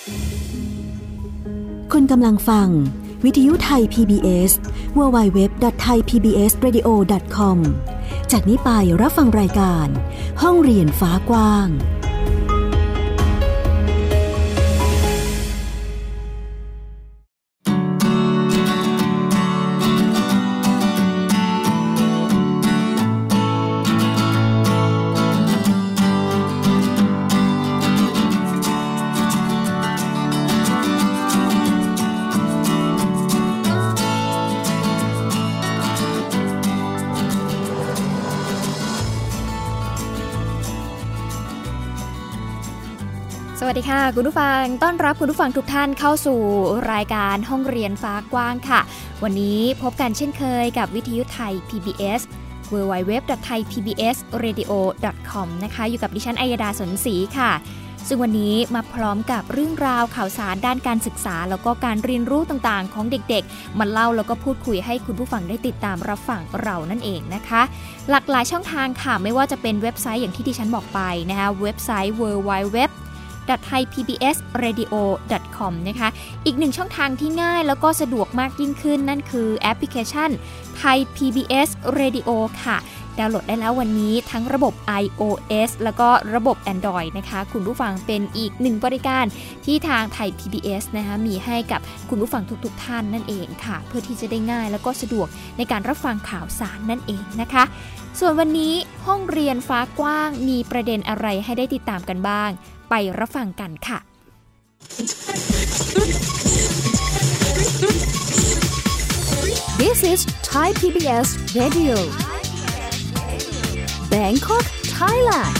คุณกำลังฟังวิทยุไทย PBS www.thaipbsradio.com จากนี้ไปรับฟังรายการห้องเรียนฟ้ากว้างสวัสดีค่ะคุณผู้ฟังต้อนรับคุณผู้ฟังทุกท่านเข้าสู่รายการห้องเรียนฟ้ากว้างค่ะวันนี้พบกันเช่นเคยกับวิทยุไทย PBS www.thaipbsradio.com นะคะอยู่กับดิฉันอัยดาสนศรีค่ะซึ่งวันนี้มาพร้อมกับเรื่องราวข่าวสารด้านการศึกษาแล้วก็การเรียนรู้ต่างๆของเด็กๆมาเล่าแล้วก็พูดคุยให้คุณผู้ฟังได้ติดตามรับฟังเรานั่นเองนะคะหลากหลายช่องทางค่ะไม่ว่าจะเป็นเว็บไซต์อย่างที่ดิฉันบอกไปนะคะเว็บไซต์ www.thaipbsradio.com นะคะอีกหนึ่งช่องทางที่ง่ายแล้วก็สะดวกมากยิ่งขึ้นนั่นคือแอปพลิเคชัน Thai PBS Radio ค่ะดาวน์โหลดได้แล้ววันนี้ทั้งระบบ iOS แล้วก็ระบบ Android นะคะคุณผู้ฟังเป็นอีกหนึ่งบริการที่ทาง Thai PBS นะคะมีให้กับคุณผู้ฟังทุกท่านนั่นเองค่ะเพื่อที่จะได้ง่ายแล้วก็สะดวกในการรับฟังข่าวสารนั่นเองนะคะส่วนวันนี้ห้องเรียนฟ้ากว้างมีประเด็นอะไรให้ได้ติดตามกันบ้างไปรับฟังกันค่ะ This is Thai PBS Radio Bangkok Thailand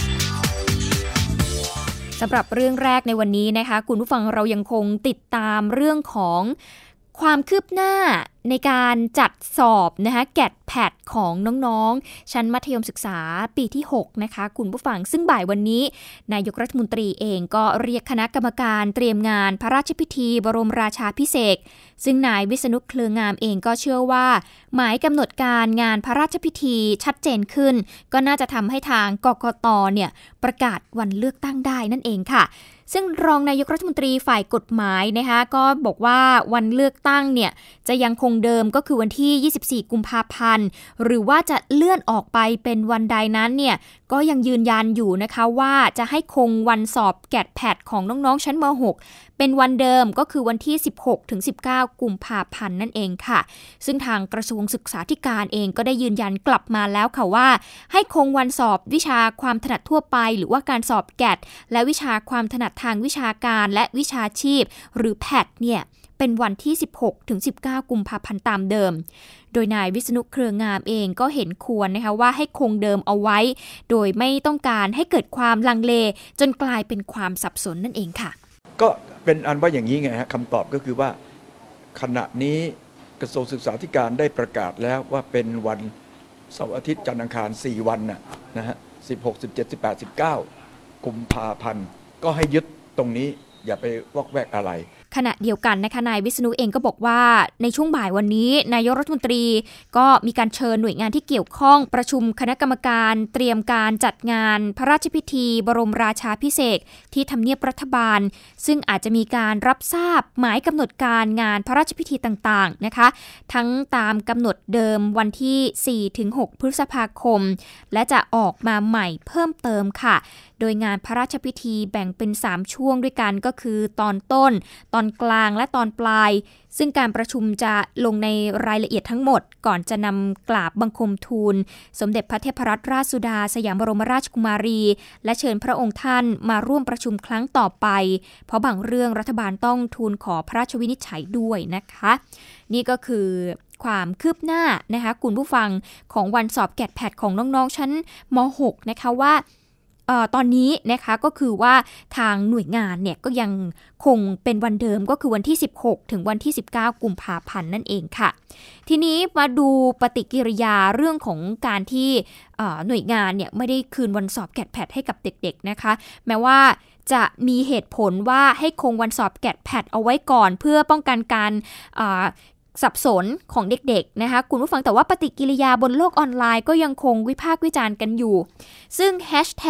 สำหรับเรื่องแรกในวันนี้นะคะคุณผู้ฟังเรายังคงติดตามเรื่องของความคืบหน้าในการจัดสอบนะคะแกดแพดของน้องๆชั้นมัธยมศึกษาปีที่6นะคะคุณผู้ฟังซึ่งบ่ายวันนี้นายกรัฐมนตรีเองก็เรียกคณะกรรมการเตรียมงานพระราชพิธีบรมราชาภิเษกซึ่งนายวิษณุเครืองามเองก็เชื่อว่าหมายกำหนดการงานพระราชพิธีชัดเจนขึ้นก็น่าจะทำให้ทางกกต.เนี่ยประกาศวันเลือกตั้งได้นั่นเองค่ะซึ่งรองนายกรัฐมนตรีฝ่ายกฎหมายนะคะก็บอกว่าวันเลือกตั้งเนี่ยจะยังคงเดิมก็คือวันที่24กุมภาพันธ์หรือว่าจะเลื่อนออกไปเป็นวันใดนั้นเนี่ยก็ยังยืนยันอยู่นะคะว่าจะให้คงวันสอบแกดแพดของน้องๆชั้นม.6 เป็นวันเดิมก็คือวันที่16ถึง19กุมภาพันธ์นั่นเองค่ะซึ่งทางกระทรวงศึกษาธิการเองก็ได้ยืนยันกลับมาแล้วค่ะว่าให้คงวันสอบวิชาความถนัดทั่วไปหรือว่าการสอบแกดและวิชาความถนัดทางวิชาการและวิชาชีพหรือแพดเนี่ยเป็นวันที่16ถึง19กุมภาพันธ์ตามเดิมโดยนายวิษณุเครืองามเองก็เห็นควรนะคะว่าให้คงเดิมเอาไว้โดยไม่ต้องการให้เกิดความลังเลจนกลายเป็นความสับสนนั่นเองค่ะก็เป็นอันว่าอย่างนี้ไงฮะคำตอบก็คือว่าขณะนี้กระทรวงศึกษาธิการได้ประกาศแล้วว่าเป็นวันเสาร์อาทิตย์จันทร์อังคาร4วันนะฮะ16 17 18 19กุมภาพันธ์ก็ให้ยึดตรงนี้อย่าไปวอกแวกอะไรขณะเดียวกันนะคะนายวิษณุเองก็บอกว่าในช่วงบ่ายวันนี้นายกรัฐมนตรีก็มีการเชิญหน่วยงานที่เกี่ยวข้องประชุมคณะกรรมการเตรียมการจัดงานพระราชพิธีบรมราชาภิเษกที่ทำเนียบรัฐบาลซึ่งอาจจะมีการรับทราบหมายกำหนดการงานพระราชพิธีต่างๆนะคะทั้งตามกำหนดเดิมวันที่ 4-6 พฤษภาคมและจะออกมาใหม่เพิ่มเติมค่ะโดยงานพระราชพิธีแบ่งเป็น3ช่วงด้วยกันก็คือตอนต้นตอนกลางและตอนปลายซึ่งการประชุมจะลงในรายละเอียดทั้งหมดก่อนจะนำกราบบังคมทูลสมเด็จพระเทพรัตนราชสุดาสยามบรมราชกุมารีและเชิญพระองค์ท่านมาร่วมประชุมครั้งต่อไปเพราะบางเรื่องรัฐบาลต้องทูลขอพระราชวินิจฉัยด้วยนะคะนี่ก็คือความคืบหน้านะคะคุณผู้ฟังของวันสอบแกดแพดของน้องๆชั้นม.6 นะคะว่าตอนนี้นะคะก็คือว่าทางหน่วยงานเนี่ยก็ยังคงเป็นวันเดิมก็คือวันที่16ถึงวันที่19กุมภาพันธ์นั่นเองค่ะทีนี้มาดูปฏิกิริยาเรื่องของการที่หน่วยงานเนี่ยไม่ได้คืนวันสอบแกดแพดให้กับเด็กๆนะคะแม้ว่าจะมีเหตุผลว่าให้คงวันสอบแกดแพดเอาไว้ก่อนเพื่อป้องกันการสับสนของเด็กๆนะคะคุณผู้ฟังแต่ว่าปฏิกิริยาบนโลกออนไลน์ก็ยังคงวิพากษ์วิจารณ์กันอยู่ซึ่งแฮชแท็ก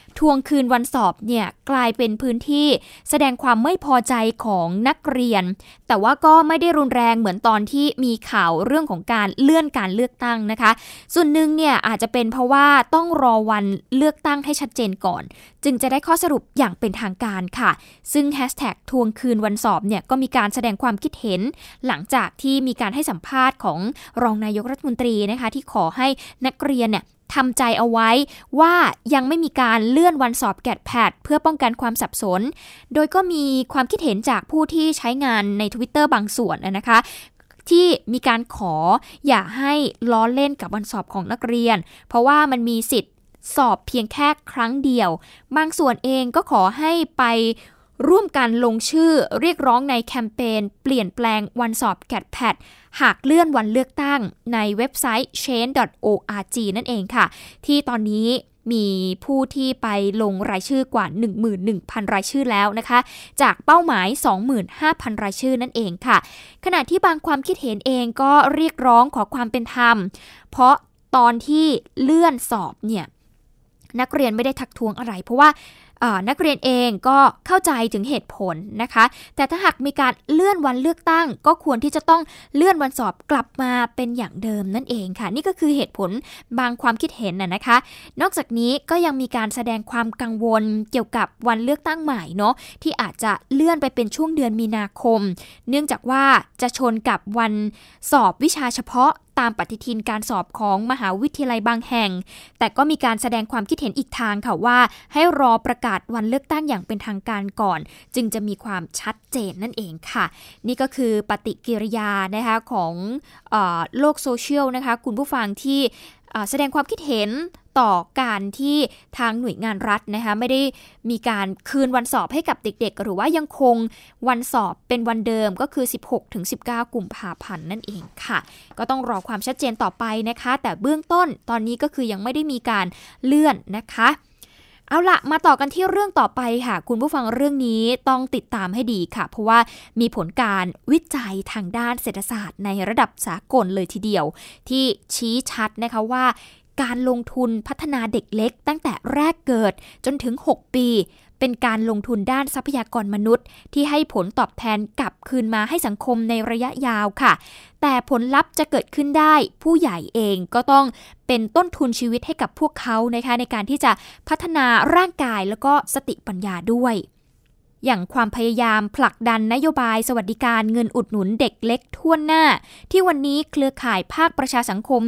ทวงคืนวันสอบเนี่ยกลายเป็นพื้นที่แสดงความไม่พอใจของนักเรียนแต่ว่าก็ไม่ได้รุนแรงเหมือนตอนที่มีข่าวเรื่องของการเลื่อนการเลือกตั้งนะคะส่วนหนึ่งเนี่ยอาจจะเป็นเพราะว่าต้องรอวันเลือกตั้งให้ชัดเจนก่อนจึงจะได้ข้อสรุปอย่างเป็นทางการค่ะซึ่งแฮชแท็กทวงคืนวันสอบเนี่ยก็มีการแสดงความคิดเห็นหลังจากที่มีการให้สัมภาษณ์ของรองนายกรัฐมนตรีนะคะที่ขอให้นักเรียนเนี่ยทำใจเอาไว้ว่ายังไม่มีการเลื่อนวันสอบแกดแพดเพื่อป้องกันความสับสนโดยก็มีความคิดเห็นจากผู้ที่ใช้งานใน Twitter บางส่วนนะคะที่มีการขออย่าให้ล้อเล่นกับวันสอบของนักเรียนเพราะว่ามันมีสิทธิ์สอบเพียงแค่ครั้งเดียวบางส่วนเองก็ขอให้ไปร่วมกันลงชื่อเรียกร้องในแคมเปญเปลี่ยนแปลงวันสอบแกดแพดหากเลื่อนวันเลือกตั้งในเว็บไซต์ change.org นั่นเองค่ะที่ตอนนี้มีผู้ที่ไปลงรายชื่อกว่า 11,000 รายชื่อแล้วนะคะจากเป้าหมาย 25,000 รายชื่อนั่นเองค่ะขณะที่บางความคิดเห็นเองก็เรียกร้องขอความเป็นธรรมเพราะตอนที่เลื่อนสอบเนี่ยนักเรียนไม่ได้ทักท้วงอะไรเพราะว่านักเรียนเองก็เข้าใจถึงเหตุผลนะคะแต่ถ้าหากมีการเลื่อนวันเลือกตั้งก็ควรที่จะต้องเลื่อนวันสอบกลับมาเป็นอย่างเดิมนั่นเองค่ะนี่ก็คือเหตุผลบางความคิดเห็นนะคะนอกจากนี้ก็ยังมีการแสดงความกังวลเกี่ยวกับวันเลือกตั้งใหม่เนาะที่อาจจะเลื่อนไปเป็นช่วงเดือนมีนาคมเนื่องจากว่าจะชนกับวันสอบวิชาเฉพาะตามปฏิทินการสอบของมหาวิทยาลัยบางแห่งแต่ก็มีการแสดงความคิดเห็นอีกทางค่ะว่าให้รอประกาศวันเลือกตั้งอย่างเป็นทางการก่อนจึงจะมีความชัดเจนนั่นเองค่ะนี่ก็คือปฏิกิริยานะคะของโลกโซเชียลนะคะคุณผู้ฟังที่แสดงความคิดเห็นต่อการที่ทางหน่วยงานรัฐนะคะไม่ได้มีการคืนวันสอบให้กับเด็กๆหรือว่ายังคงวันสอบเป็นวันเดิมก็คือ 16-19 กุมภาพันธ์นั่นเองค่ะก็ต้องรอความชัดเจนต่อไปนะคะแต่เบื้องต้นตอนนี้ก็คือยังไม่ได้มีการเลื่อนนะคะเอาละมาต่อกันที่เรื่องต่อไปค่ะคุณผู้ฟังเรื่องนี้ต้องติดตามให้ดีค่ะเพราะว่ามีผลการวิจัยทางด้านเศรษฐศาสตร์ในระดับสากลเลยทีเดียวที่ชี้ชัดนะคะว่าการลงทุนพัฒนาเด็กเล็กตั้งแต่แรกเกิดจนถึง6ปีเป็นการลงทุนด้านทรัพยากรมนุษย์ที่ให้ผลตอบแทนกลับคืนมาให้สังคมในระยะยาวค่ะแต่ผลลัพธ์จะเกิดขึ้นได้ผู้ใหญ่เองก็ต้องเป็นต้นทุนชีวิตให้กับพวกเขานะคะในการที่จะพัฒนาร่างกายแล้วก็สติปัญญาด้วยอย่างความพยายามผลักดันนโยบายสวัสดิการเงินอุดหนุนเด็กเล็กทั่วหน้าที่วันนี้เครือข่ายภาคประชาสังคม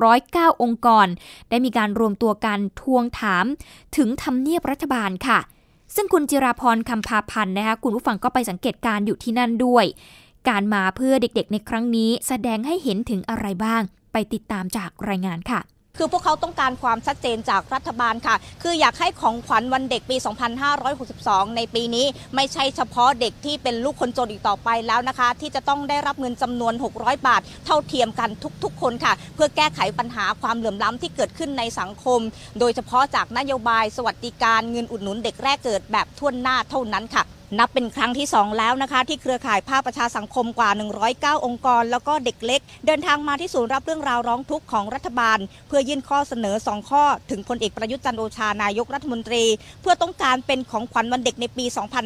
109องค์กรได้มีการรวมตัวกันทวงถามถึงทำเนียบรัฐบาลค่ะซึ่งคุณจิราพรคำพาพันธ์นะคะคุณผู้ฟังก็ไปสังเกตการอยู่ที่นั่นด้วยการมาเพื่อเด็กๆในครั้งนี้แสดงให้เห็นถึงอะไรบ้างไปติดตามจากรายงานค่ะคือพวกเขาต้องการความชัดเจนจากรัฐบาลค่ะคืออยากให้ของขวัญวันเด็กปี 2562 ในปีนี้ไม่ใช่เฉพาะเด็กที่เป็นลูกคนจนอีกต่อไปแล้วนะคะที่จะต้องได้รับเงินจำนวน600 บาทเท่าเทียมกันทุกๆคนค่ะเพื่อแก้ไขปัญหาความเหลื่อมล้ำที่เกิดขึ้นในสังคมโดยเฉพาะจากนโยบายสวัสดิการเงินอุดหนุนเด็กแรกเกิดแบบทั่วหน้าเท่านั้นค่ะนับเป็นครั้งที่2แล้วนะคะที่เครือข่ายภาคประชาสังคมกว่า109องค์กรแล้วก็เด็กเล็กเดินทางมาที่ศูนย์รับเรื่องราวร้องทุกข์ของรัฐบาลเพื่อยื่นข้อเสนอ2ข้อถึงพลเอกประยุทธ์จันทร์โอชานายกรัฐมนตรีเพื่อต้องการเป็นของขวัญวันเด็กในปี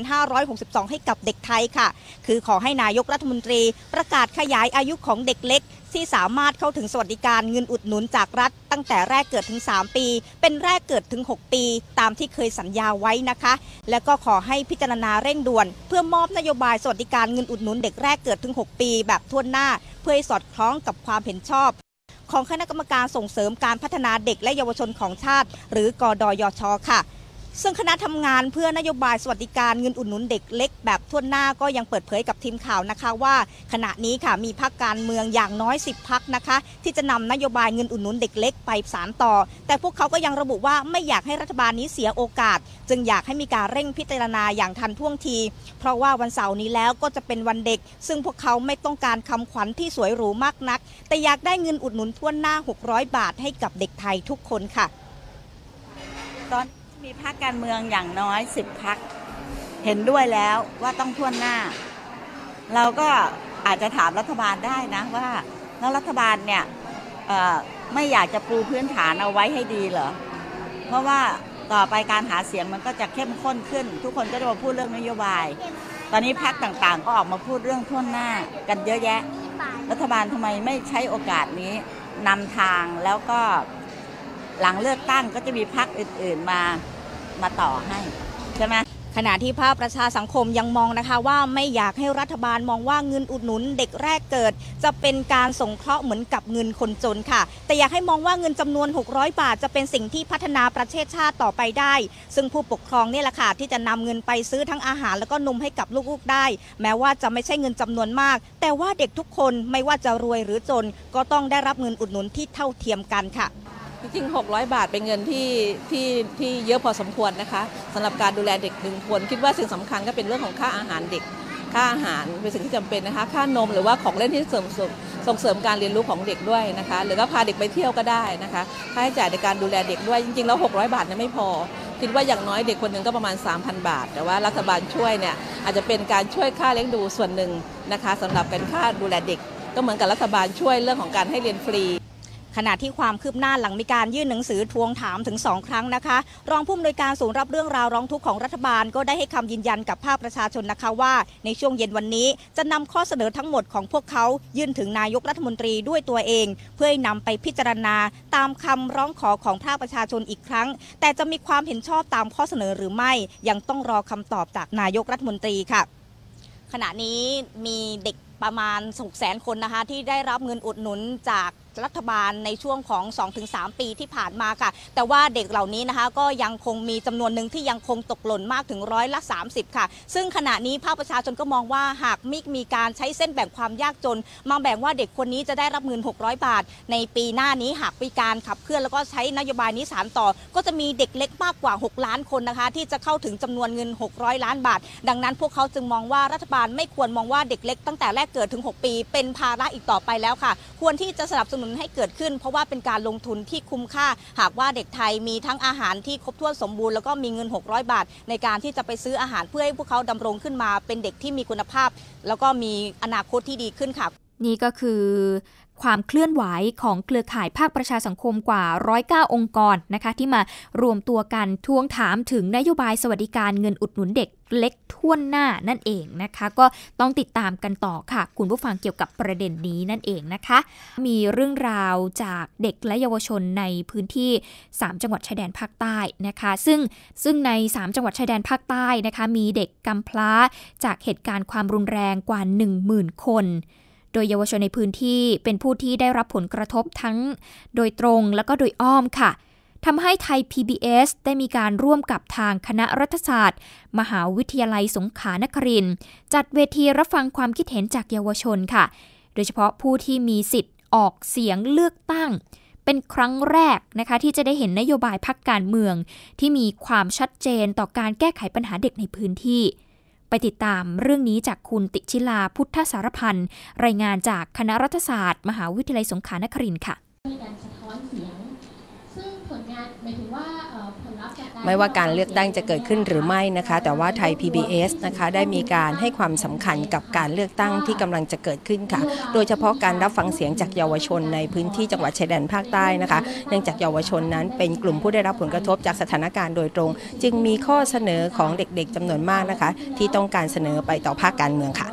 2562 ให้กับเด็กไทยค่ะคือขอให้นายกรัฐมนตรีประกาศขยายอายุของเด็กเล็กที่สามารถเข้าถึงสวัสดิการเงินอุดหนุนจากรัฐตั้งแต่แรกเกิดถึง3ปีเป็นแรกเกิดถึง6ปีตามที่เคยสัญญาไว้นะคะและก็ขอให้พิจารณาเร่งด่วนเพื่อมอบนโยบายสวัสดิการเงินอุดหนุนเด็กแรกเกิดถึง6ปีแบบทั่วหน้าเพื่อให้สอดคล้องกับความเห็นชอบของคณะกรรมการส่งเสริมการพัฒนาเด็กและเยาวชนของชาติหรือกดยช.ค่ะซึ่งคณะทำงานเพื่อนโยบายสวัสดิการเงินอุดหนุนเด็กเล็กแบบทั่วหน้าก็ยังเปิดเผยกับทีมข่าวนะคะว่าขณะนี้ค่ะมีพรรคการเมืองอย่างน้อย10 พรรคนะคะที่จะนำนโยบายเงินอุดหนุนเด็กเล็กไปสานต่อแต่พวกเขาก็ยังระบุว่าไม่อยากให้รัฐบาลนี้เสียโอกาสจึงอยากให้มีการเร่งพิจารณาอย่างทันท่วงทีเพราะว่าวันเสาร์นี้แล้วก็จะเป็นวันเด็กซึ่งพวกเขาไม่ต้องการคำขวัญที่สวยหรูมากนักแต่อยากได้เงินอุดหนุนทั่วหน้า600 บาทให้กับเด็กไทยทุกคนค่ะตอนมีพรรคการเมืองอย่างน้อย10 พรรคเห็นด้วยแล้วว่าต้องทั่วหน้าเราก็อาจจะถามรัฐบาลได้นะว่าแล้วรัฐบาลเนี่ยไม่อยากจะปูพื้นฐานเอาไว้ให้ดีเหรอเพราะว่าต่อไปการหาเสียงมันก็จะเข้มข้นขึ้นทุกคนก็จะมาพูดเรื่องนโยบายตอนนี้พรรคต่างๆก็ออกมาพูดเรื่องทั่วหน้ากันเยอะแยะรัฐบาลทำไมไม่ใช้โอกาสนี้นำทางแล้วก็หลังเลือกตั้งก็จะมีพรรคอื่นๆมาต่อให้ใช่ไหมขณะที่ภาคประชาสังคมยังมองนะคะว่าไม่อยากให้รัฐบาลมองว่าเงินอุดหนุนเด็กแรกเกิดจะเป็นการสงเคราะห์เหมือนกับเงินคนจนค่ะแต่อยากให้มองว่าเงินจำนวน600 บาทจะเป็นสิ่งที่พัฒนาประเทศชาติต่อไปได้ซึ่งผู้ปกครองนี่แหละค่ะที่จะนำเงินไปซื้อทั้งอาหารแล้วก็นมให้กับลูกๆได้แม้ว่าจะไม่ใช่เงินจำนวนมากแต่ว่าเด็กทุกคนไม่ว่าจะรวยหรือจนก็ต้องได้รับเงินอุดหนุนที่เท่าเทียมกันค่ะจริงๆ600 บาทเป็นเงินที่เยอะพอสมควรนะคะสำหรับการดูแลเด็ก1 คนคิดว่าสิ่งสำคัญก็เป็นเรื่องของค่าอาหารเด็กค่าอาหารเป็นสิ่งที่จำเป็นนะคะค่านมหรือว่าของเล่นที่ส่งเสริมการเรียนรู้ของเด็กด้วยนะคะหรือก็พาเด็กไปเที่ยวก็ได้นะคะค่าใช้จ่ายในการดูแลเด็กด้วยจริงๆแล้ว600 บาทเนี่ยไม่พอคิดว่าอย่างน้อยเด็กคนหนึ่งก็ประมาณ 3,000 บาทแต่ว่ารัฐบาลช่วยเนี่ยอาจจะเป็นการช่วยค่าเลี้ยงดูส่วนหนึ่งนะคะสำหรับการค่าดูแลเด็กก็เหมือนกับรัฐบาลช่วยเรื่องของการให้เรียนฟรีขณะที่ความคืบหน้าหลังมีการยื่นหนังสือทวงถามถึง2 ครั้งนะคะรองผู้อำนวยการศูนย์รับเรื่องราวร้องทุกข์ของรัฐบาลก็ได้ให้คำยืนยันกับภาคประชาชนนะคะว่าในช่วงเย็นวันนี้จะนำข้อเสนอทั้งหมดของพวกเขายื่นถึงนายกรัฐมนตรีด้วยตัวเองเพื่อนำไปพิจารณาตามคำร้องขอของภาคประชาชนอีกครั้งแต่จะมีความเห็นชอบตามข้อเสนอหรือไม่ยังต้องรอคำตอบจากนายกรัฐมนตรีค่ะขณะนี้มีเด็กประมาณ 600,000 คนนะคะที่ได้รับเงินอุดหนุนจากรัฐบาลในช่วงของ 2-3 ปีที่ผ่านมาค่ะแต่ว่าเด็กเหล่านี้นะคะก็ยังคงมีจำนวนหนึ่งที่ยังคงตกหล่นมากถึง30%ค่ะซึ่งขณะนี้ภาคประชาชนก็มองว่าหากมีการใช้เส้นแบ่งความยากจนมาแบ่งว่าเด็กคนนี้จะได้รับเงิน600 บาทในปีหน้านี้หากมีการขับเคลื่อนแล้วก็ใช้นโยบายนี้สานต่อก็จะมีเด็กเล็กมากกว่า6 ล้านคนนะคะที่จะเข้าถึงจำนวนเงิน600 ล้านบาทดังนั้นพวกเขาจึงมองว่ารัฐบาลไม่ควรมองว่าเด็กเล็กตั้งแต่แรกเกิดถึง6 ปีเป็นภาระอีกต่อไปแล้วค่ะควรที่จะสนับสนุนให้เกิดขึ้นเพราะว่าเป็นการลงทุนที่คุ้มค่าหากว่าเด็กไทยมีทั้งอาหารที่ครบถ้วนสมบูรณ์แล้วก็มีเงิน600 บาทในการที่จะไปซื้ออาหารเพื่อให้พวกเขาดำรงขึ้นมาเป็นเด็กที่มีคุณภาพแล้วก็มีอนาคตที่ดีขึ้นค่ะนี่ก็คือความเคลื่อนไหวของเครือข่ายภาคประชาสังคมกว่า109 องค์กรนะคะที่มารวมตัวกันทวงถามถึงนโยบายสวัสดิการเงินอุดหนุนเด็กเล็กทั่วหน้านั่นเองนะคะก็ต้องติดตามกันต่อค่ะคุณผู้ฟังเกี่ยวกับประเด็นนี้นั่นเองนะคะมีเรื่องราวจากเด็กและเยาวชนในพื้นที่3 จังหวัดชายแดนภาคใต้นะคะซึ่งใน3 จังหวัดชายแดนภาคใต้นะคะมีเด็กกำพร้าจากเหตุการณ์ความรุนแรงกว่า 10,000 คนโดยเยาวชนในพื้นที่เป็นผู้ที่ได้รับผลกระทบทั้งโดยตรงและก็โดยอ้อมค่ะทำให้ไทย PBS ได้มีการร่วมกับทางคณะรัฐศาสตร์มหาวิทยาลัยสงขลานครินทร์จัดเวทีรับฟังความคิดเห็นจากเยาวชนค่ะโดยเฉพาะผู้ที่มีสิทธิ์ออกเสียงเลือกตั้งเป็นครั้งแรกนะคะที่จะได้เห็นนโยบายพรรคการเมืองที่มีความชัดเจนต่อการแก้ไขปัญหาเด็กในพื้นที่ไปติดตามเรื่องนี้จากคุณติชิลาพุทธสารพันธ์รายงานจากคณะรัฐศาสตร์มหาวิทยาลัยสงขลานครินทร์ค่ะมีการสะท้อนเสียงซึ่งผลงานหมายถึงว่าผลลัพธ์จากไม่ว่าการเลือกตั้งจะเกิดขึ้นหรือไม่นะคะแต่ว่าไทย PBS นะคะได้มีการให้ความสำคัญกับการเลือกตั้งที่กำลังจะเกิดขึ้นค่ะโดยเฉพาะการรับฟังเสียงจากเยาวชนในพื้นที่จังหวัดชายแดนภาคใต้นะคะเนื่องจากเยาวชนนั้นเป็นกลุ่มผู้ได้รับผลกระทบจากสถานการณ์โดยตรงจึงมีข้อเสนอของเด็กๆจำนวนมากนะคะที่ต้องการเสนอไปต่อภาคการเมืองค่ะ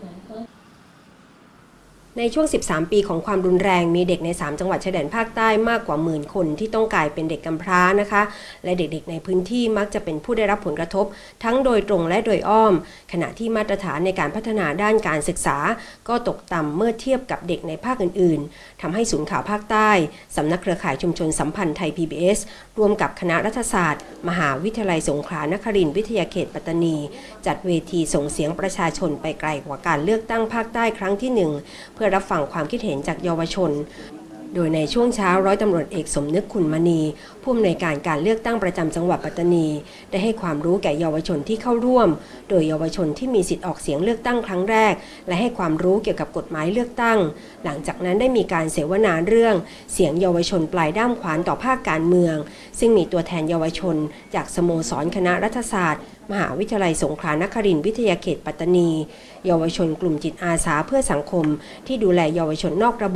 ในช่วง13 ปีของความรุนแรงมีเด็กใน3 จังหวัดชายแดนภาคใต้มากกว่า10,000 คนที่ต้องกลายเป็นเด็กกำพร้านะคะและเด็กๆในพื้นที่มักจะเป็นผู้ได้รับผลกระทบทั้งโดยตรงและโดยอ้อมขณะที่มาตรฐานในการพัฒนาด้านการศึกษาก็ตกต่ำเมื่อเทียบกับเด็กในภาคอื่นๆทำให้ศูนย์ข่าวภาคใต้สำนักเครือข่ายชุมชนสัมพันธ์ไทย PBS ร่วมกับคณะรัฐศาสตร์มหาวิทยาลัยสงขลานครินทร์วิทยาเขตปัตตานีจัดเวทีส่งเสียงประชาชนไปไกลกว่าการเลือกตั้งภาคใต้ครั้งที่1เพื่อรับฟังความคิดเห็นจากเยาวชนโดยในช่วงเช้าร้อยตำรวจเอกสมนึกขุนมณีผู้อำนวยการการเลือกตั้งประจำจังหวัดปัตตานีได้ให้ความรู้แก่เยาวชนที่เข้าร่วมโดยเยาวชนที่มีสิทธิ์ออกเสียงเลือกตั้งครั้งแรกและให้ความรู้เกี่ยวกับกฎหมายเลือกตั้งหลังจากนั้นได้มีการเสวนาเรื่องเสียงเยาวชนปลายด้ามขวานต่อภาคการเมืองซึ่งมีตัวแทนเยาวชนจากสโมสรคณะรัฐศาสตร์มหาวิทยาลัยสงขลานครินทร์วิทยาเขตปัตตานีเยาวชนกลุ่มจิตอาสาเพื่อสังคมที่ดูแลเยาวชนนอกระบบ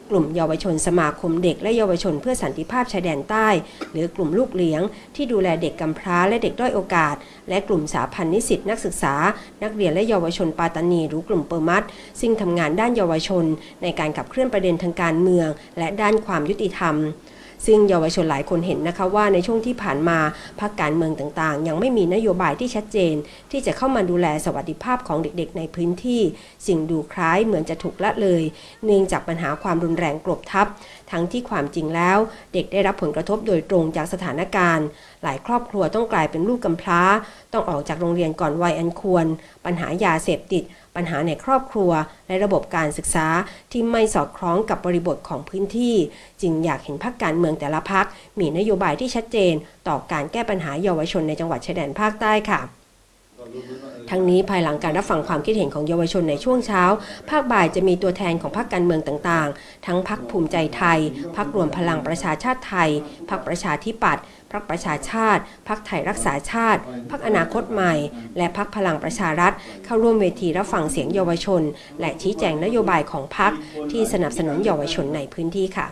กลุ่มเยาวชนสมาคมเด็กและเยาวชนเพื่อสันติภาพชายแดนใต้หรือกลุ่มลูกเลี้ยงที่ดูแลเด็กกำพร้าและเด็กด้อยโอกาสและกลุ่มสาพันธ์นิสิตนักศึกษานักเรียนและเยาวชนปาตานีหรือกลุ่มเปอร์มัดซึ่งทำงานด้านเยาวชนในการขับเคลื่อนประเด็นทางการเมืองและด้านความยุติธรรมซึ่งเยาวชนหลายคนเห็นนะคะว่าในช่วงที่ผ่านมาพรรคการเมืองต่างๆยังไม่มีนโยบายที่ชัดเจนที่จะเข้ามาดูแลสวัสดิภาพของเด็กๆในพื้นที่สิ่งดูคล้ายเหมือนจะถูกละเลยเนื่องจากปัญหาความรุนแรงกลบทับทั้งที่ความจริงแล้วเด็กได้รับผลกระทบโดยตรงจากสถานการณ์หลายครอบครัวต้องกลายเป็นลูกกำพร้าต้องออกจากโรงเรียนก่อนวัยอันควรปัญหายาเสพติดปัญหาในครอบครัวและระบบการศึกษาที่ไม่สอดคล้องกับบริบทของพื้นที่จึงอยากเห็นพรรคการเมืองแต่ละพรรคมีนโยบายที่ชัดเจนต่อการแก้ปัญหาเยาวชนในจังหวัดชายแดนภาคใต้ค่ะทั้งนี้ภายหลังการรับฟังความคิดเห็นของเยาวชนในช่วงเช้าภาคบ่ายจะมีตัวแทนของพรรคการเมืองต่างๆทั้งพรรคภูมิใจไทยพรรครวมพลังประชาชาติไทยพรรคประชาธิปัตย์พรรคประชาชาติพรรคไทยรักษาชาติพรรคอนาคตใหม่และพรรคพลังประชารัฐเข้าร่วมเวทีรับฟังเสียงเยาวชนและชี้แจงนโยบายของพรรคที่สนับสนุนเยาวชนในพื้นที่ค่ะ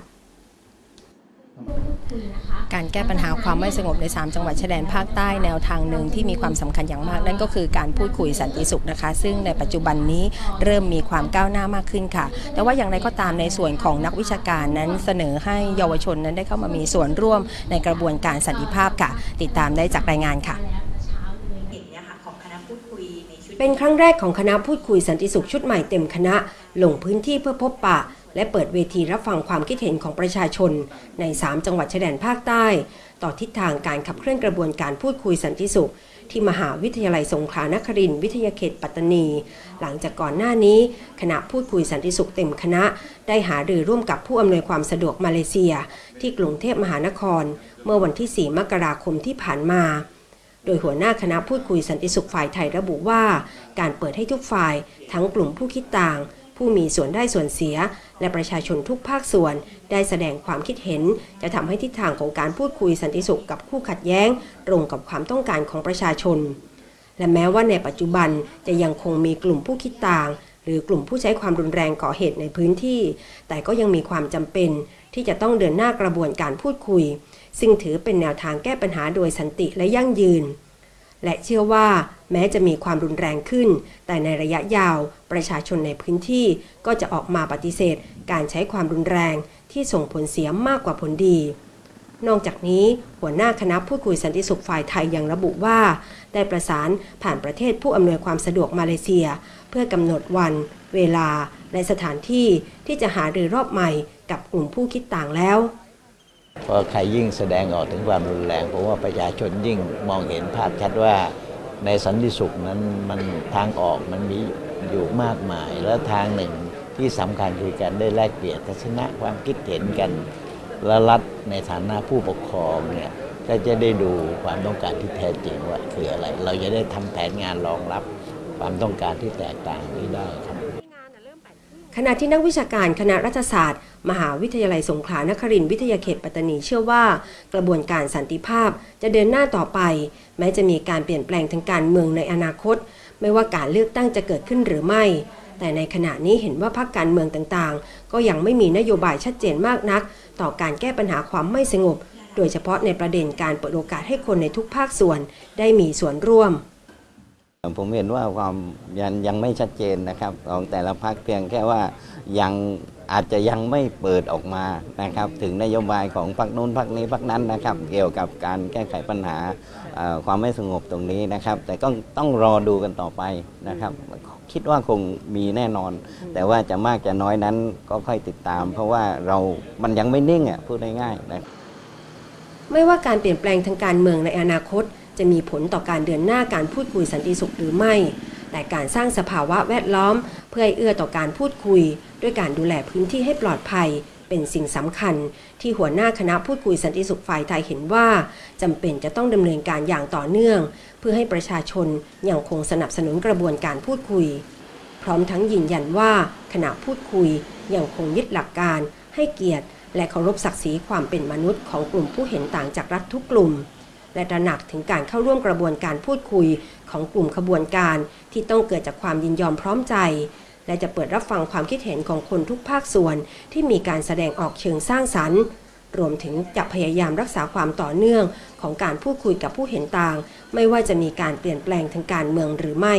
การแก้ปัญหาความไม่สงบใน3จังหวัดชายแดนภาคใต้แนวทางหนึ่งที่มีความสำคัญอย่างมากนั่นก็คือการพูดคุยสันติสุขนะคะซึ่งในปัจจุบันนี้เริ่มมีความก้าวหน้ามากขึ้นค่ะแต่ว่าอย่างไรก็ตามในส่วนของนักวิชาการนั้นเสนอให้เยาวชนนั้นได้เข้ามามีส่วนร่วมในกระบวนการสันติภาพค่ะติดตามได้จากรายงานค่ะเป็นครั้งแรกของคณะพูดคุยสันติสุขชุดใหม่เต็มคณะลงพื้นที่เพื่อพบปะและเปิดเวทีรับฟังความคิดเห็นของประชาชนใน3จังหวัดชายแดนภาคใต้ต่อทิศทางการขับเคลื่อนกระบวนการพูดคุยสันติสุขที่มหาวิทยาลัยสงขลานครินทร์วิทยาเขตปัตตานีหลังจากก่อนหน้านี้คณะพูดคุยสันติสุขเต็มคณะได้หารือร่วมกับผู้อำนวยความสะดวกมาเลเซียที่กรุงเทพมหานครเมื่อวันที่4 มกราคมที่ผ่านมาโดยหัวหน้าคณะพูดคุยสันติสุขฝ่ายไทยระบุว่าการเปิดให้ทุกฝ่ายทั้งกลุ่มผู้คิดต่างผู้มีส่วนได้ส่วนเสียและประชาชนทุกภาคส่วนได้แสดงความคิดเห็นจะทำให้ทิศทางของการพูดคุยสันติสุขกับคู่ขัดแย้งตรงกับความต้องการของประชาชนและแม้ว่าในปัจจุบันจะยังคงมีกลุ่มผู้คิดต่างหรือกลุ่มผู้ใช้ความรุนแรงก่อเหตุในพื้นที่แต่ก็ยังมีความจำเป็นที่จะต้องเดินหน้ากระบวนการพูดคุยซึ่งถือเป็นแนวทางแก้ปัญหาโดยสันติและยั่งยืนและเชื่อว่าแม้จะมีความรุนแรงขึ้นแต่ในระยะยาวประชาชนในพื้นที่ก็จะออกมาปฏิเสธการใช้ความรุนแรงที่ส่งผลเสียมากกว่าผลดีนอกจากนี้หัวหน้าคณะพูดคุยสันติสุขฝ่ายไทยยังระบุว่าได้ประสานผ่านประเทศผู้อำนวยความสะดวกมาเลเซียเพื่อกำหนดวันเวลาและสถานที่ที่จะหารือรอบใหม่กับกลุ่มผู้คิดต่างแล้วพอใครยิ่งแสดงออกถึงความรุนแรงเพราะว่าประชาชนยิ่งมองเห็นภาพชัดว่าในสันติสุขนั้นมันทางออกมันมีอยู่มากมายและทางหนึ่งที่สำคัญคือการได้แลกเปลี่ยนทัศนะความคิดเห็นกันและรัฐในฐานะผู้ปกครองเนี่ยก็จะได้ดูความต้องการที่แท้จริงว่าคืออะไรเราจะได้ทำแผนงานรองรับความต้องการที่แตกต่างนี้ได้ครับขณะที่นักวิชาการคณะรัฐศาสตร์มหาวิทยาลัยสงขลานครินทร์วิทยาเขตปัตตานีเชื่อว่ากระบวนการสันติภาพจะเดินหน้าต่อไปแม้จะมีการเปลี่ยนแปลงทางการเมืองในอนาคตไม่ว่าการเลือกตั้งจะเกิดขึ้นหรือไม่แต่ในขณะนี้เห็นว่าพรรคการเมืองต่างๆก็ยังไม่มีนโยบายชัดเจนมากนักต่อการแก้ปัญหาความไม่สงบโดยเฉพาะในประเด็นการเปิดโอกาสให้คนในทุกภาคส่วนได้มีส่วนร่วมผมเห็นว่าความยังไม่ชัดเจนนะครับของแต่ละพรรคเพียงแค่ว่ายังอาจจะยังไม่เปิดออกมานะครับถึงนโยบายของพรรคนู้นพรรคนี้พรรคนั้นนะครับเกี่ยวกับการแก้ไขปัญหาความไม่สงบตรงนี้นะครับแต่ก็ต้องรอดูกันต่อไปนะครับคิดว่าคงมีแน่นอนแต่ว่าจะมากจะน้อยนั้นก็ค่อยติดตามเพราะว่ามันยังไม่นิ่งพูดง่ายๆนะไม่ว่าการเปลี่ยนแปลงทางการเมืองในอนาคตจะมีผลต่อการเดินหน้าการพูดคุยสันติสุขหรือไม่แต่การสร้างสภาวะแวดล้อมเพื่อให้เอื้อต่อการพูดคุยด้วยการดูแลพื้นที่ให้ปลอดภัยเป็นสิ่งสำคัญที่หัวหน้าคณะพูดคุยสันติสุขฝ่ายไทยเห็นว่าจำเป็นจะต้องดำเนินการอย่างต่อเนื่องเพื่อให้ประชาชนยังคงสนับสนุนกระบวนการพูดคุยพร้อมทั้งยืนยันว่าคณะพูดคุยยังคงยึดหลักการให้เกียรติและเคารพศักดิ์ศรีความเป็นมนุษย์ของกลุ่มผู้เห็นต่างจากรัฐทุกกลุ่มและตระหนักถึงการเข้าร่วมกระบวนการพูดคุยของกลุ่มขบวนการที่ต้องเกิดจากความยินยอมพร้อมใจและและจะเปิดรับฟังความคิดเห็นของคนทุกภาคส่วนที่มีการแสดงออกเชิงสร้างสรรค์รวมถึงจะพยายามรักษาความต่อเนื่องของการพูดคุยกับผู้เห็นต่างไม่ว่าจะมีการเปลี่ยนแปลงทางการเมืองหรือไม่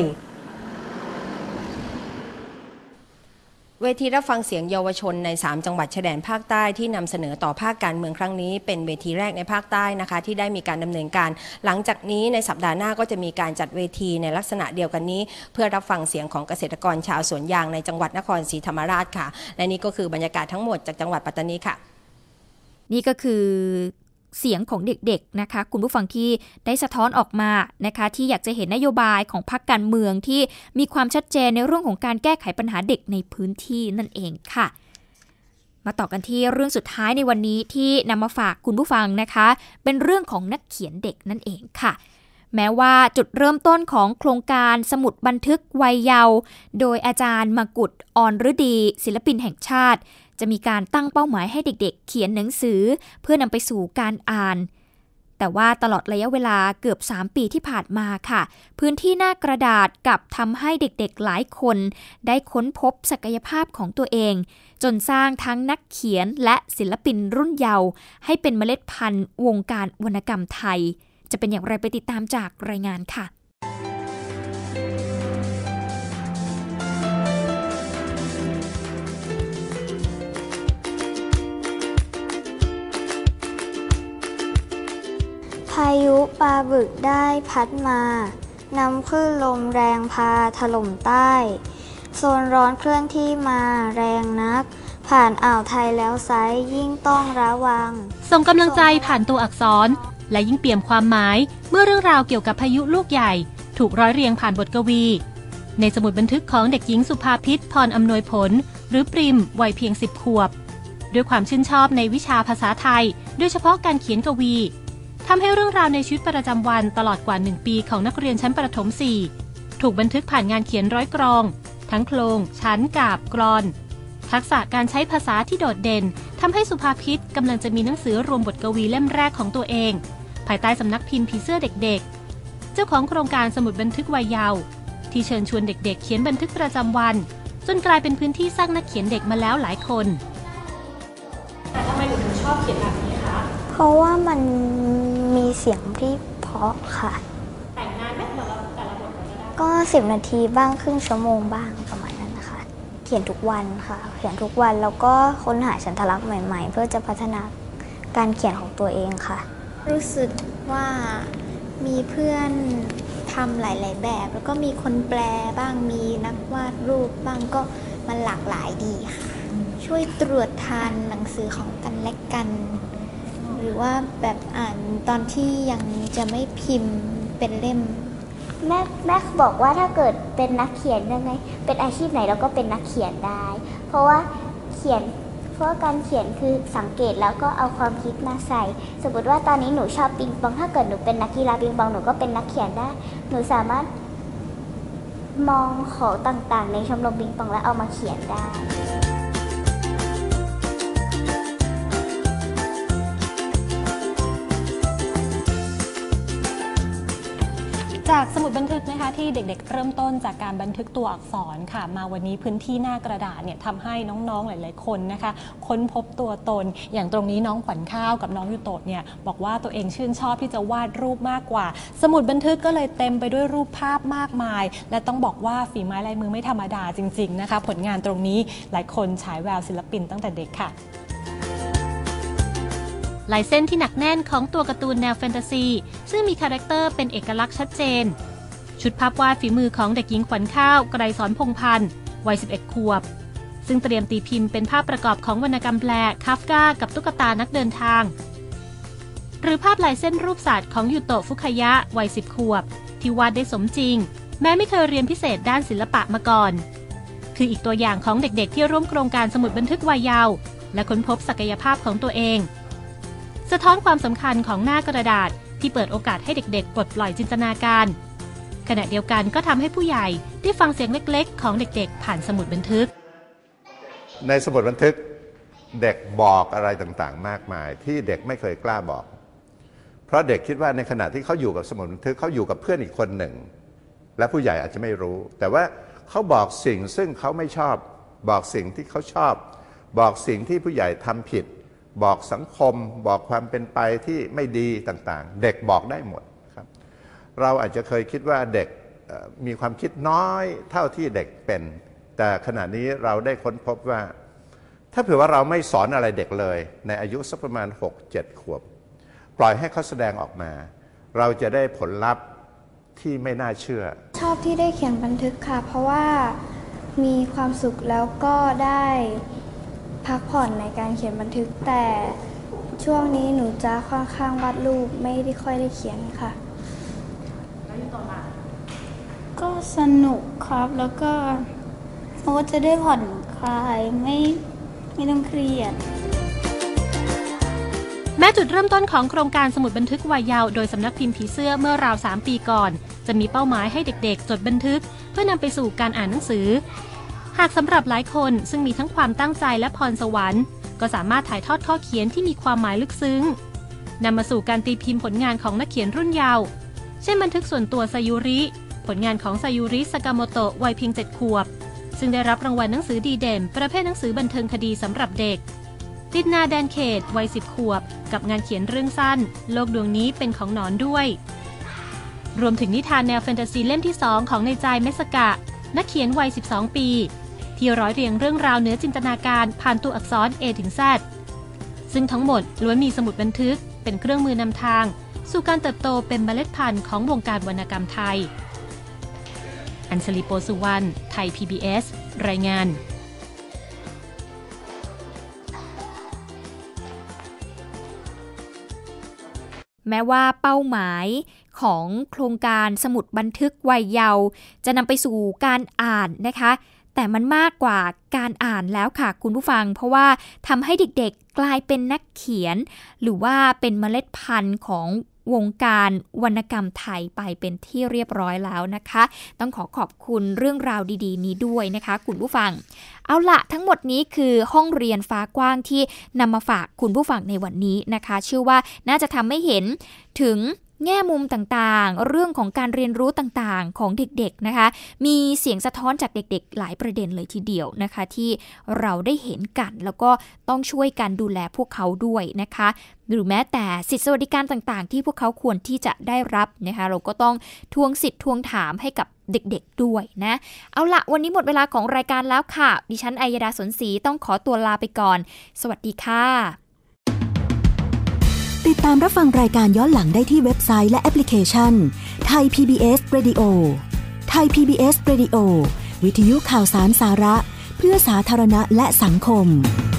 เวทีรับฟังเสียงเยาวชนใน3จังหวัดชายแดนภาคใต้ที่นำเสนอต่อภาคการเมืองครั้งนี้เป็นเวทีแรกในภาคใต้นะคะที่ได้มีการดำเนินการหลังจากนี้ในสัปดาห์หน้าก็จะมีการจัดเวทีในลักษณะเดียวกันนี้เพื่อรับฟังเสียงของเกษตรกรชาวสวนยางในจังหวัดนครศรีธรรมราชค่ะและนี่ก็คือบรรยากาศทั้งหมดจากจังหวัดปัตตานีค่ะนี่ก็คือเสียงของเด็กๆนะคะคุณผู้ฟังที่ได้สะท้อนออกมานะคะที่อยากจะเห็นนโยบายของพรรคการเมืองที่มีความชัดเจนในเรื่องของการแก้ไขปัญหาเด็กในพื้นที่นั่นเองค่ะมาต่อกันที่เรื่องสุดท้ายในวันนี้ที่นำมาฝากคุณผู้ฟังนะคะเป็นเรื่องของนักเขียนเด็กนั่นเองค่ะแม้ว่าจุดเริ่มต้นของโครงการสมุดบันทึกวัยเยาว์โดยอาจารย์มกุฎ อรฤดีศิลปินแห่งชาติจะมีการตั้งเป้าหมายให้เด็กๆเขียนหนังสือเพื่อนำไปสู่การอ่านแต่ว่าตลอดระยะเวลาเกือบ3ปีที่ผ่านมาค่ะพื้นที่หน้ากระดาษกลับทำให้เด็กๆหลายคนได้ค้นพบศักยภาพของตัวเองจนสร้างทั้งนักเขียนและศิลปินรุ่นเยาว์ให้เป็นเมล็ดพันธุ์วงการวรรณกรรมไทยจะเป็นอย่างไรไปติดตามจากรายงานค่ะพายุปลาบึกได้พัดมานำคลื่นลมแรงพาถล่มใต้โซนร้อนเคลื่อนที่มาแรงนักผ่านอ่าวไทยแล้วไซยิ่งต้องระวังส่งกำลังใจผ่านตัวอักษรและยิ่งเปี่ยมความหมายเมื่อเรื่องราวเกี่ยวกับพายุลูกใหญ่ถูกร้อยเรียงผ่านบทกวีในสมุดบันทึกของเด็กหญิงสุภาพิษพรอำนวยผลหรือปริมวัยเพียง10 ขวบด้วยความชื่นชอบในวิชาภาษาไทยโดยเฉพาะการเขียนกวีทำให้เรื่องราวในชีวิตประจำวันตลอดกว่า1 ปีของนักเรียนชั้นประถม 4ถูกบันทึกผ่านงานเขียนร้อยกรองทั้งโครงชั้นกาบกลอนทักษะการใช้ภาษาที่โดดเด่นทำให้สุภาพิษกำลังจะมีหนังสือรวมบทกวีเล่มแรกของตัวเองภายใต้สำนักพิมพ์ผีเสื้อเด็กๆเจ้าของโครงการสมุดบันทึกวัยเยาว์ที่เชิญชวนเด็กๆเขียนบันทึกประจำวันจนกลายเป็นพื้นที่สร้างนักเขียนเด็กมาแล้วหลายคนแต่ทำไมหนูถึงชอบเขียนแบบนี้คะเพราะว่ามันมีเสียงที่เพราะค่ะแต่งนานไหมแต่ละบทก็10 นาทีบ้างครึ่งชั่วโมงบ้างประมาณนั้นนะคะเขียนทุกวันค่ะเขียนทุกวันแล้วก็ค้นหาฉันทลักษณ์ใหม่ๆเพื่อจะพัฒนาการเขียนของตัวเองค่ะรู้สึกว่ามีเพื่อนทำหลายๆแบบแล้วก็มีคนแปลบ้างมีนักวาดรูปบ้างก็มันหลากหลายดีค่ะช่วยตรวจทานหนังสือของกันและกันหรือว่าแบบอ่านตอนที่ยังจะไม่พิมพ์เป็นเล่มแม่บอกว่าถ้าเกิดเป็นนักเขียนยังไงเป็นอาชีพไหนเราก็เป็นนักเขียนได้เพราะว่าการเขียนคือสังเกตแล้วก็เอาความคิดมาใส่สมมติว่าตอนนี้หนูชอบปิงปองถ้าเกิดหนูเป็นนักกีฬาปิงปองหนูก็เป็นนักเขียนได้หนูสามารถมองของต่างๆในชมรมปิงปองแล้วเอามาเขียนได้จากสมุดบันทึกนะคะที่เด็กๆเริ่มต้นจากการบันทึกตัวอักษรค่ะมาวันนี้พื้นที่หน้ากระดาษเนี่ยทำให้น้องๆหลายๆคนนะคะค้นพบตัวตนอย่างตรงนี้น้องขวัญข้าวกับน้องยูโตะเนี่ยบอกว่าตัวเองชื่นชอบที่จะวาดรูปมากกว่าสมุดบันทึกก็เลยเต็มไปด้วยรูปภาพมากมายและต้องบอกว่าฝีไม้ลายมือไม่ธรรมดาจริงๆนะคะผลงานตรงนี้หลายคนฉายแววศิลปินตั้งแต่เด็กค่ะลายเส้นที่หนักแน่นของตัวการ์ตูนแนวแฟนตาซีซึ่งมีคาแรคเตอร์เป็นเอกลักษณ์ชัดเจนชุดภาพวาดฝีมือของเด็กหญิงขวัญข้าวไกรสอนพงษ์พันธ์วัย11 ขวบซึ่งเตรียมตีพิมพ์เป็นภาพประกอบของวรรณกรรมแปลคาฟกากับตุ๊กตานักเดินทางหรือภาพลายเส้นรูปสัตว์ของยูโตะฟุคายะวัย10 ขวบที่วาดได้สมจริงแม้ไม่เคยเรียนพิเศษด้านศิลปะมาก่อนคืออีกตัวอย่างของเด็กๆที่ร่วมโครงการสมุดบันทึกวัยเยาว์และค้นพบศักยภาพของตัวเองสะท้อนความสำคัญของหน้ากระดาษที่เปิดโอกาสให้เด็กๆปลดปล่อยจินตนาการขณะเดียวกันก็ทำให้ผู้ใหญ่ได้ฟังเสียงเล็กๆของเด็กๆผ่านสมุดบันทึกในสมุดบันทึกเด็กบอกอะไรต่างๆมากมายที่เด็กไม่เคยกล้าบอกเพราะเด็กคิดว่าในขณะที่เขาอยู่กับสมุดบันทึกเขาอยู่กับเพื่อนอีกคนหนึ่งและผู้ใหญ่อาจจะไม่รู้แต่ว่าเขาบอกสิ่งซึ่งเขาไม่ชอบบอกสิ่งที่เขาชอบบอกสิ่งที่ผู้ใหญ่ทำผิดบอกสังคมบอกความเป็นไปที่ไม่ดีต่างๆเด็กบอกได้หมดครับเราอาจจะเคยคิดว่าเด็กมีความคิดน้อยเท่าที่เด็กเป็นแต่ขณะนี้เราได้ค้นพบว่าถ้าเผื่อว่าเราไม่สอนอะไรเด็กเลยในอายุสักประมาณ 6-7 ขวบปล่อยให้เขาแสดงออกมาเราจะได้ผลลัพธ์ที่ไม่น่าเชื่อชอบที่ได้เขียนบันทึกค่ะเพราะว่ามีความสุขแล้วก็ได้พักผ่อนในการเขียนบันทึกแต่ช่วงนี้หนูจะค่อนข้างวาดรูปไม่ได้ค่อยได้เขียนค่ะแล้วต่อมาก็สนุกครับแล้วก็เพราะว่าจะได้ผ่อนคลายไม่ต้องเครียดแม้จุดเริ่มต้นของโครงการสมุดบันทึกวัยเยาว์โดยสำนักพิมพ์ผีเสื้อเมื่อราว3 ปีก่อนจะมีเป้าหมายให้เด็กๆจดบันทึกเพื่อนำไปสู่การอ่านหนังสือหากสำหรับหลายคนซึ่งมีทั้งความตั้งใจและพรสวรรค์ก็สามารถถ่ายทอดข้อเขียนที่มีความหมายลึกซึ้งนำมาสู่การตีพิมพ์ผลงานของนักเขียนรุ่นเยาว์เช่นบันทึกส่วนตัวซายุริผลงานของซายุริสากาโมโตะวัยเพียง7 ขวบซึ่งได้รับรางวัลหนังสือดีเด่นประเภทหนังสือบันเทิงคดีสำหรับเด็กติดนาแดนเขตวัย10 ขวบกับงานเขียนเรื่องสั้นโลกดวงนี้เป็นของหนอนด้วยรวมถึงนิทานแนวแฟนตาซีเล่มที่2ของในใจเมสกะนักเขียนวัย12 ปีที่ร้อยเรียงเรื่องราวเหนือจินตนาการผ่านตัวอักษร A ถึง Z ซึ่งทั้งหมดล้วนมีสมุดบันทึกเป็นเครื่องมือนำทางสู่การเติบโตเป็นเมล็ดพันธุ์ของวงการวรรณกรรมไทยอัญชลีโปสุวรรณไทย PBS รายงานแม้ว่าเป้าหมายของโครงการสมุดบันทึกวัยเยาว์จะนำไปสู่การอ่านนะคะแต่มันมากกว่าการอ่านแล้วค่ะคุณผู้ฟังเพราะว่าทำให้เด็กๆกลายเป็นนักเขียนหรือว่าเป็นเมล็ดพันธุ์ของวงการวรรณกรรมไทยไปเป็นที่เรียบร้อยแล้วนะคะต้องขอบคุณเรื่องราวดีๆนี้ด้วยนะคะคุณผู้ฟังเอาละทั้งหมดนี้คือห้องเรียนฟ้ากว้างที่นำมาฝากคุณผู้ฟังในวันนี้นะคะเชื่อว่าน่าจะทำให้เห็นถึงแง่มุมต่างๆเรื่องของการเรียนรู้ต่างๆของเด็กๆนะคะมีเสียงสะท้อนจากเด็กๆหลายประเด็นเลยทีเดียวนะคะที่เราได้เห็นกันแล้วก็ต้องช่วยกันดูแลพวกเขาด้วยนะคะหรือแม้แต่สิทธิสวัสดิการต่างๆที่พวกเขาควรที่จะได้รับนะคะเราก็ต้องทวงสิทธิ์ทวงถามให้กับเด็กๆด้วยนะเอาละวันนี้หมดเวลาของรายการแล้วค่ะดิฉันอัยดาสนศรีต้องขอตัวลาไปก่อนสวัสดีค่ะติดตามรับฟังรายการย้อนหลังได้ที่เว็บไซต์และแอปพลิเคชัน Thai PBS Radio Thai PBS Radio วิทยุข่าวสารสาระเพื่อสาธารณะและสังคม